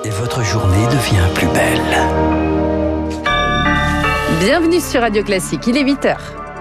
et votre journée devient plus belle. Bienvenue sur Radio Classique, il est 8h.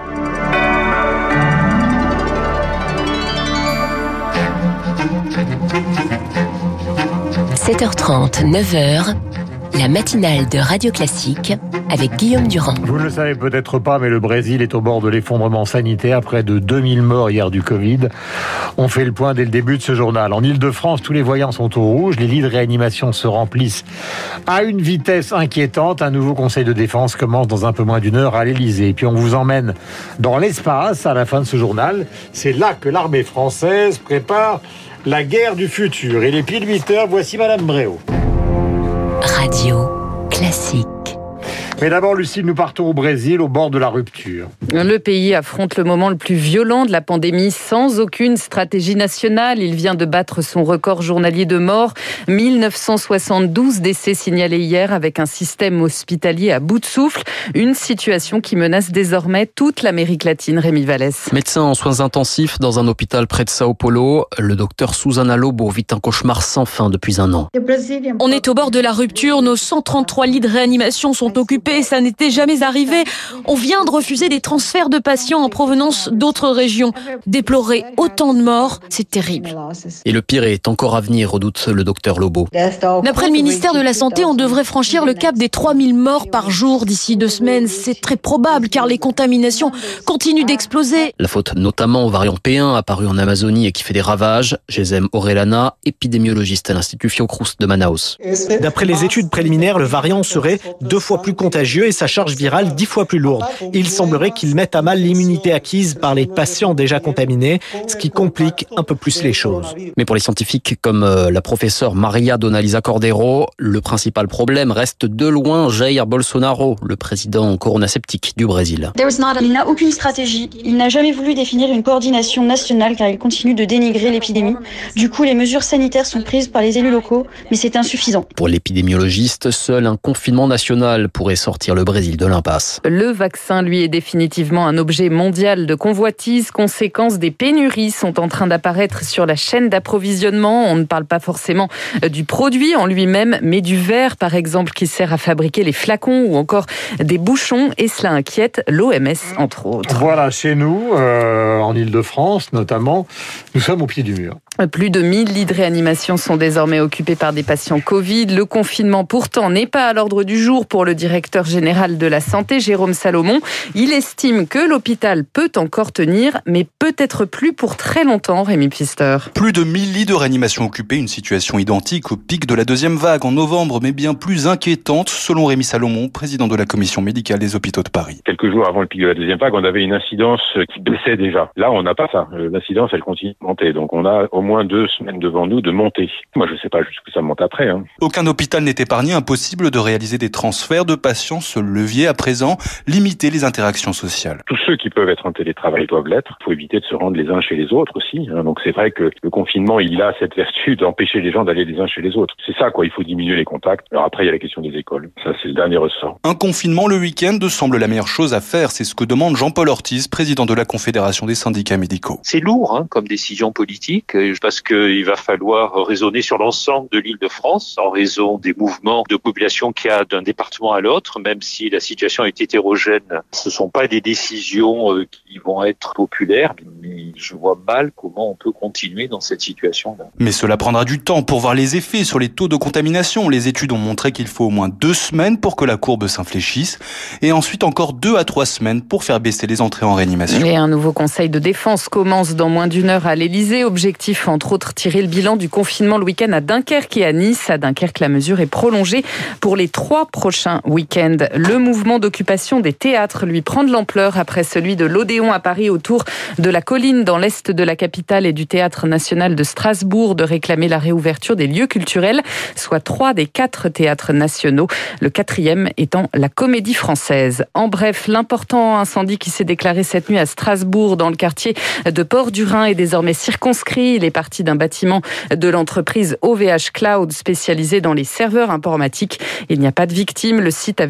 « 7h30, 9h, la matinale de Radio Classique avec Guillaume Durand. » Vous ne le savez peut-être pas, mais le Brésil est au bord de l'effondrement sanitaire. Près de 2000 morts hier du Covid. On fait le point dès le début de ce journal. En Ile-de-France, tous les voyants sont au rouge. Les lits de réanimation se remplissent à une vitesse inquiétante. Un nouveau conseil de défense commence dans un peu moins d'une heure à l'Élysée. Et puis on vous emmène dans l'espace à la fin de ce journal. C'est là que l'armée française prépare la guerre du futur. Et les pieds de 8h, voici Madame Bréau. Radio Classique. Mais d'abord, Lucille, nous partons au Brésil, au bord de la rupture. Le pays affronte le moment le plus violent de la pandémie sans aucune stratégie nationale. Il vient de battre son record journalier de morts. 1972 décès signalés hier avec un système hospitalier à bout de souffle. Une situation qui menace désormais toute l'Amérique latine. Rémi Vallès. Médecin en soins intensifs dans un hôpital près de Sao Paulo, le docteur Susana Lobo vit un cauchemar sans fin depuis un an. On est au bord de la rupture. Nos 133 lits de réanimation sont occupés. Ça n'était jamais arrivé. On vient de refuser des transferts de patients en provenance d'autres régions. Déplorer autant de morts, c'est terrible. Et le pire est encore à venir, redoute le docteur Lobo. D'après le ministère de la Santé, on devrait franchir le cap des 3000 morts par jour d'ici 2 semaines. C'est très probable car les contaminations continuent d'exploser. La faute notamment au variant P1 apparu en Amazonie et qui fait des ravages. Gesem Orellana, épidémiologiste à l'Institut Fiocruz de Manaus. D'après les études préliminaires, le variant serait 2 fois plus contagieux et sa charge virale 10 fois plus lourde. Il semblerait qu'il mette à mal l'immunité acquise par les patients déjà contaminés, ce qui complique un peu plus les choses. Mais pour les scientifiques comme la professeure Maria Donalisa Cordeiro, le principal problème reste de loin Jair Bolsonaro, le président corona-sceptique du Brésil. Il n'a aucune stratégie. Il n'a jamais voulu définir une coordination nationale car il continue de dénigrer l'épidémie. Du coup, les mesures sanitaires sont prises par les élus locaux, mais c'est insuffisant. Pour l'épidémiologiste, seul un confinement national pourrait sortir le Brésil de l'impasse. Le vaccin, lui, est définitivement un objet mondial de convoitise. Conséquence, des pénuries sont en train d'apparaître sur la chaîne d'approvisionnement. On ne parle pas forcément du produit en lui-même, mais du verre, par exemple, qui sert à fabriquer les flacons ou encore des bouchons. Et cela inquiète l'OMS, entre autres. Voilà, chez nous, en Ile-de-France notamment, nous sommes au pied du mur. Plus de 1000 lits de réanimation sont désormais occupés par des patients Covid. Le confinement, pourtant, n'est pas à l'ordre du jour pour le directeur général de la Santé, Jérôme Salomon. Il estime que l'hôpital peut encore tenir, mais peut-être plus pour très longtemps, Rémi Pfister. Plus de 1000 lits de réanimation occupés, une situation identique au pic de la deuxième vague en novembre, mais bien plus inquiétante, selon Rémi Salomon, président de la commission médicale des hôpitaux de Paris. Quelques jours avant le pic de la deuxième vague, on avait une incidence qui baissait déjà. Là, on n'a pas ça. L'incidence, elle continue de monter. Donc, on a au moins 2 semaines devant nous de montée. Moi, je ne sais pas jusqu'où ça monte après. Aucun hôpital n'est épargné. Impossible de réaliser des transferts de patients. Seul levier à présent, limiter les interactions sociales. Tous ceux qui peuvent être en télétravail doivent l'être. Il faut éviter de se rendre les uns chez les autres aussi. Donc, c'est vrai que le confinement, il a cette vertu d'empêcher les gens d'aller les uns chez les autres. C'est ça, quoi. Il faut diminuer les contacts. Alors après, il y a la question des écoles. Ça, c'est le dernier ressort. Un confinement le week-end semble la meilleure chose à faire. C'est ce que demande Jean-Paul Ortiz, président de la Confédération des syndicats médicaux. C'est lourd comme décision politique parce qu'il va falloir raisonner sur l'ensemble de l'Île-de-France en raison des mouvements de population qu'il y a d'un département à l'autre, même si la situation est hétérogène. Ce ne sont pas des décisions qui vont être populaires, mais je vois mal comment on peut continuer dans cette situation-là. Mais cela prendra du temps pour voir les effets sur les taux de contamination. Les études ont montré qu'il faut au moins 2 semaines pour que la courbe s'infléchisse et ensuite encore 2 à 3 semaines pour faire baisser les entrées en réanimation. Et un nouveau conseil de défense commence dans moins d'1 heure à l'Élysée. Objectif, entre autres, tirer le bilan du confinement le week-end à Dunkerque et à Nice. À Dunkerque, la mesure est prolongée pour les 3 prochains week-ends. Le mouvement d'occupation des théâtres, lui, prend de l'ampleur après celui de l'Odéon à Paris autour de la Colline dans l'est de la capitale et du Théâtre national de Strasbourg de réclamer la réouverture des lieux culturels, soit 3 des 4 théâtres nationaux, le 4e étant la Comédie Française. En bref, l'important incendie qui s'est déclaré cette nuit à Strasbourg dans le quartier de Port-du-Rhin est désormais circonscrit. Il est parti d'un bâtiment de l'entreprise OVH Cloud spécialisée dans les serveurs informatiques. Il n'y a pas de victimes. Le site avait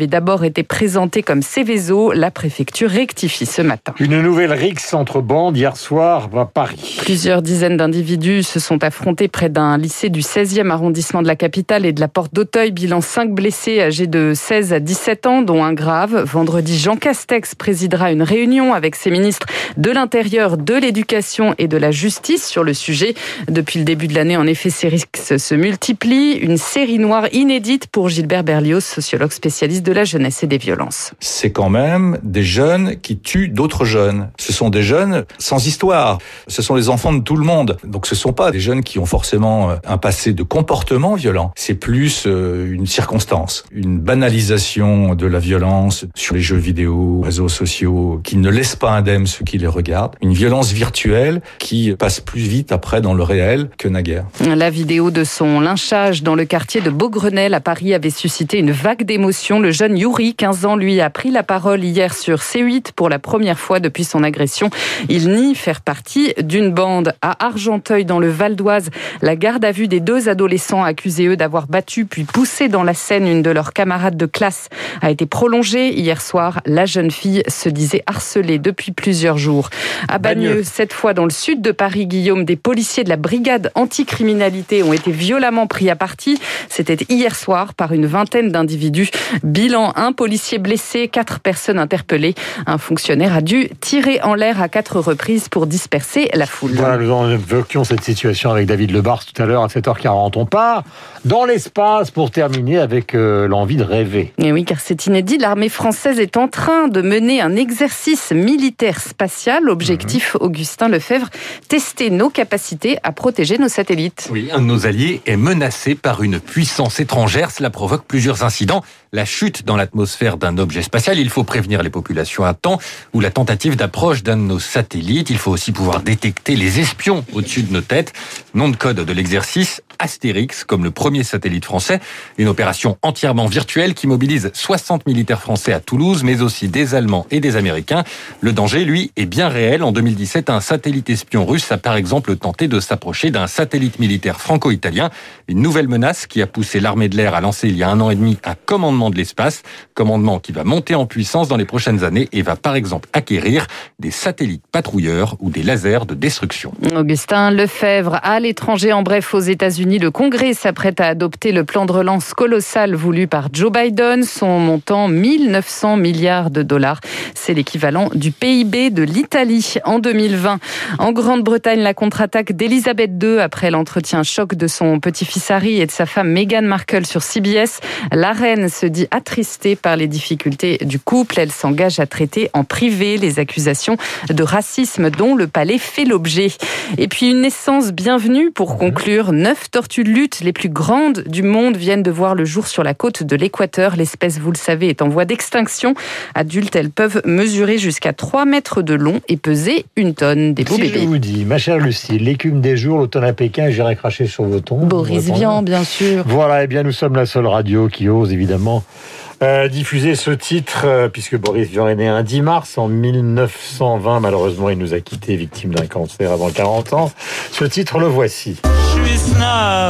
avait d'abord été présenté comme Céveso. La préfecture rectifie ce matin. Une nouvelle rixe entre bandes hier soir à Paris. Plusieurs dizaines d'individus se sont affrontés près d'un lycée du 16e arrondissement de la capitale et de la Porte d'Auteuil. Bilan 5 blessés âgés de 16 à 17 ans, dont un grave. Vendredi, Jean Castex présidera une réunion avec ses ministres de l'Intérieur, de l'Éducation et de la Justice sur le sujet. Depuis le début de l'année, en effet, ces risques se multiplient. Une série noire inédite pour Gilbert Berlioz, sociologue spécialiste de la jeunesse et des violences. C'est quand même des jeunes qui tuent d'autres jeunes. Ce sont des jeunes sans histoire. Ce sont les enfants de tout le monde. Donc ce ne sont pas des jeunes qui ont forcément un passé de comportement violent. C'est plus une circonstance, une banalisation de la violence sur les jeux vidéo, réseaux sociaux, qui ne laissent pas indemnes ceux qui les regardent. Une violence virtuelle qui passe plus vite après dans le réel que naguère. La vidéo de son lynchage dans le quartier de Beaugrenelle à Paris avait suscité une vague d'émotions. Le jeune Yuri, 15 ans, lui, a pris la parole hier sur C8 pour la première fois depuis son agression. Il nie faire partie d'une bande. À Argenteuil, dans le Val d'Oise, la garde à vue des 2 adolescents accusés, eux, d'avoir battu puis poussé dans la Seine une de leurs camarades de classe a été prolongée. Hier soir, la jeune fille se disait harcelée depuis plusieurs jours. À Bagneux, cette fois dans le sud de Paris, Guillaume, des policiers de la brigade anticriminalité ont été violemment pris à partie. C'était hier soir par une vingtaine d'individus. Bilan, 1 policier blessé, 4 personnes interpellées. Un fonctionnaire a dû tirer en l'air à 4 reprises pour disperser la foule. Voilà, nous évoquions cette situation avec David Lebars tout à l'heure à 7h40. On part dans l'espace pour terminer avec l'envie de rêver. Et oui, car c'est inédit. L'armée française est en train de mener un exercice militaire spatial. Objectif, Augustin Lefebvre, tester nos capacités à protéger nos satellites. Oui, un de nos alliés est menacé par une puissance étrangère. Cela provoque plusieurs incidents. La chute dans l'atmosphère d'un objet spatial, il faut prévenir les populations à temps, ou la tentative d'approche d'un de nos satellites. Il faut aussi pouvoir détecter les espions au-dessus de nos têtes. Nom de code de l'exercice, Astérix, comme le premier satellite français. Une opération entièrement virtuelle qui mobilise 60 militaires français à Toulouse, mais aussi des Allemands et des Américains. Le danger, lui, est bien réel. En 2017, un satellite espion russe a par exemple tenté de s'approcher d'un satellite militaire franco-italien. Une nouvelle menace qui a poussé l'armée de l'air à lancer il y a 1 an et demi un commandement de l'espace. Commandement qui va monter en puissance dans les prochaines années et va par exemple acquérir des satellites patrouilleurs ou des lasers de destruction. Augustin Lefebvre à l'étranger, en bref aux États-Unis, le Congrès s'apprête à adopter le plan de relance colossal voulu par Joe Biden. Son montant, 1 900 milliards de dollars. C'est l'équivalent du PIB de l'Italie en 2020. En Grande-Bretagne, la contre-attaque d'Elisabeth II après l'entretien choc de son petit-fils Harry et de sa femme Meghan Markle sur CBS. La reine se dit attristée par les difficultés du couple. Elle s'engage à traiter en privé les accusations de racisme dont le palais fait l'objet. Et puis une naissance bienvenue pour conclure. 9 tortues de lutte, les plus grandes du monde, viennent de voir le jour sur la côte de l'Équateur. L'espèce, vous le savez, est en voie d'extinction. Adultes, elles peuvent mesurer jusqu'à 3 mètres de long et peser 1 tonne. Des beaux bébés. Je vous dis, ma chère Lucie, l'écume des jours, l'automne à Pékin, j'irai cracher sur vos tons. Boris Vian, bien sûr. Voilà, et bien nous sommes la seule radio qui ose évidemment diffuser ce titre, puisque Boris Vian est né un 10 mars en 1920. Malheureusement, il nous a quittés, victime d'un cancer avant 40 ans. Ce titre, le voici. Je suis snob,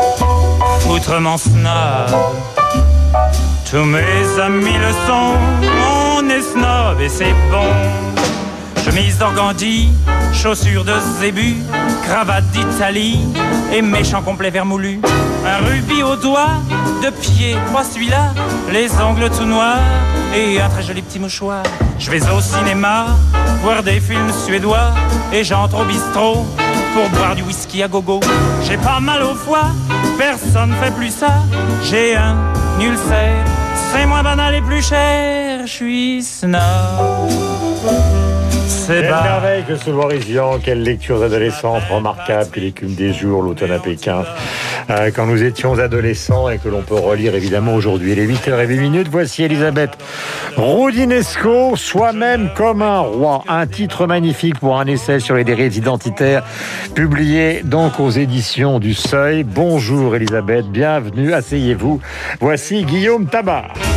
outrement snob. Tous mes amis le sont, on est snob et c'est bon. Chemise d'organdi, chaussures de zébu, cravate d'Italie et méchant complet vermoulu. Un rubis au doigt, de pied, pas celui-là, les ongles tout noirs et un très joli petit mouchoir. Je vais au cinéma, voir des films suédois et j'entre au bistrot pour boire du whisky à gogo. J'ai pas mal au foie, personne fait plus ça. J'ai un ulcère, c'est moins banal et plus cher. Je suis snob. Quelle merveille que ce Boris Vian, quelle lecture adolescente remarquable que l'écume des jours, l'automne à Pékin, quand nous étions adolescents et que l'on peut relire évidemment aujourd'hui. Il est 8h08, voici Elisabeth Roudinesco, Soi-même comme un roi, un titre magnifique pour un essai sur les dérives identitaires, publié donc aux éditions du Seuil. Bonjour Elisabeth, bienvenue, asseyez-vous. Voici Guillaume Tabar.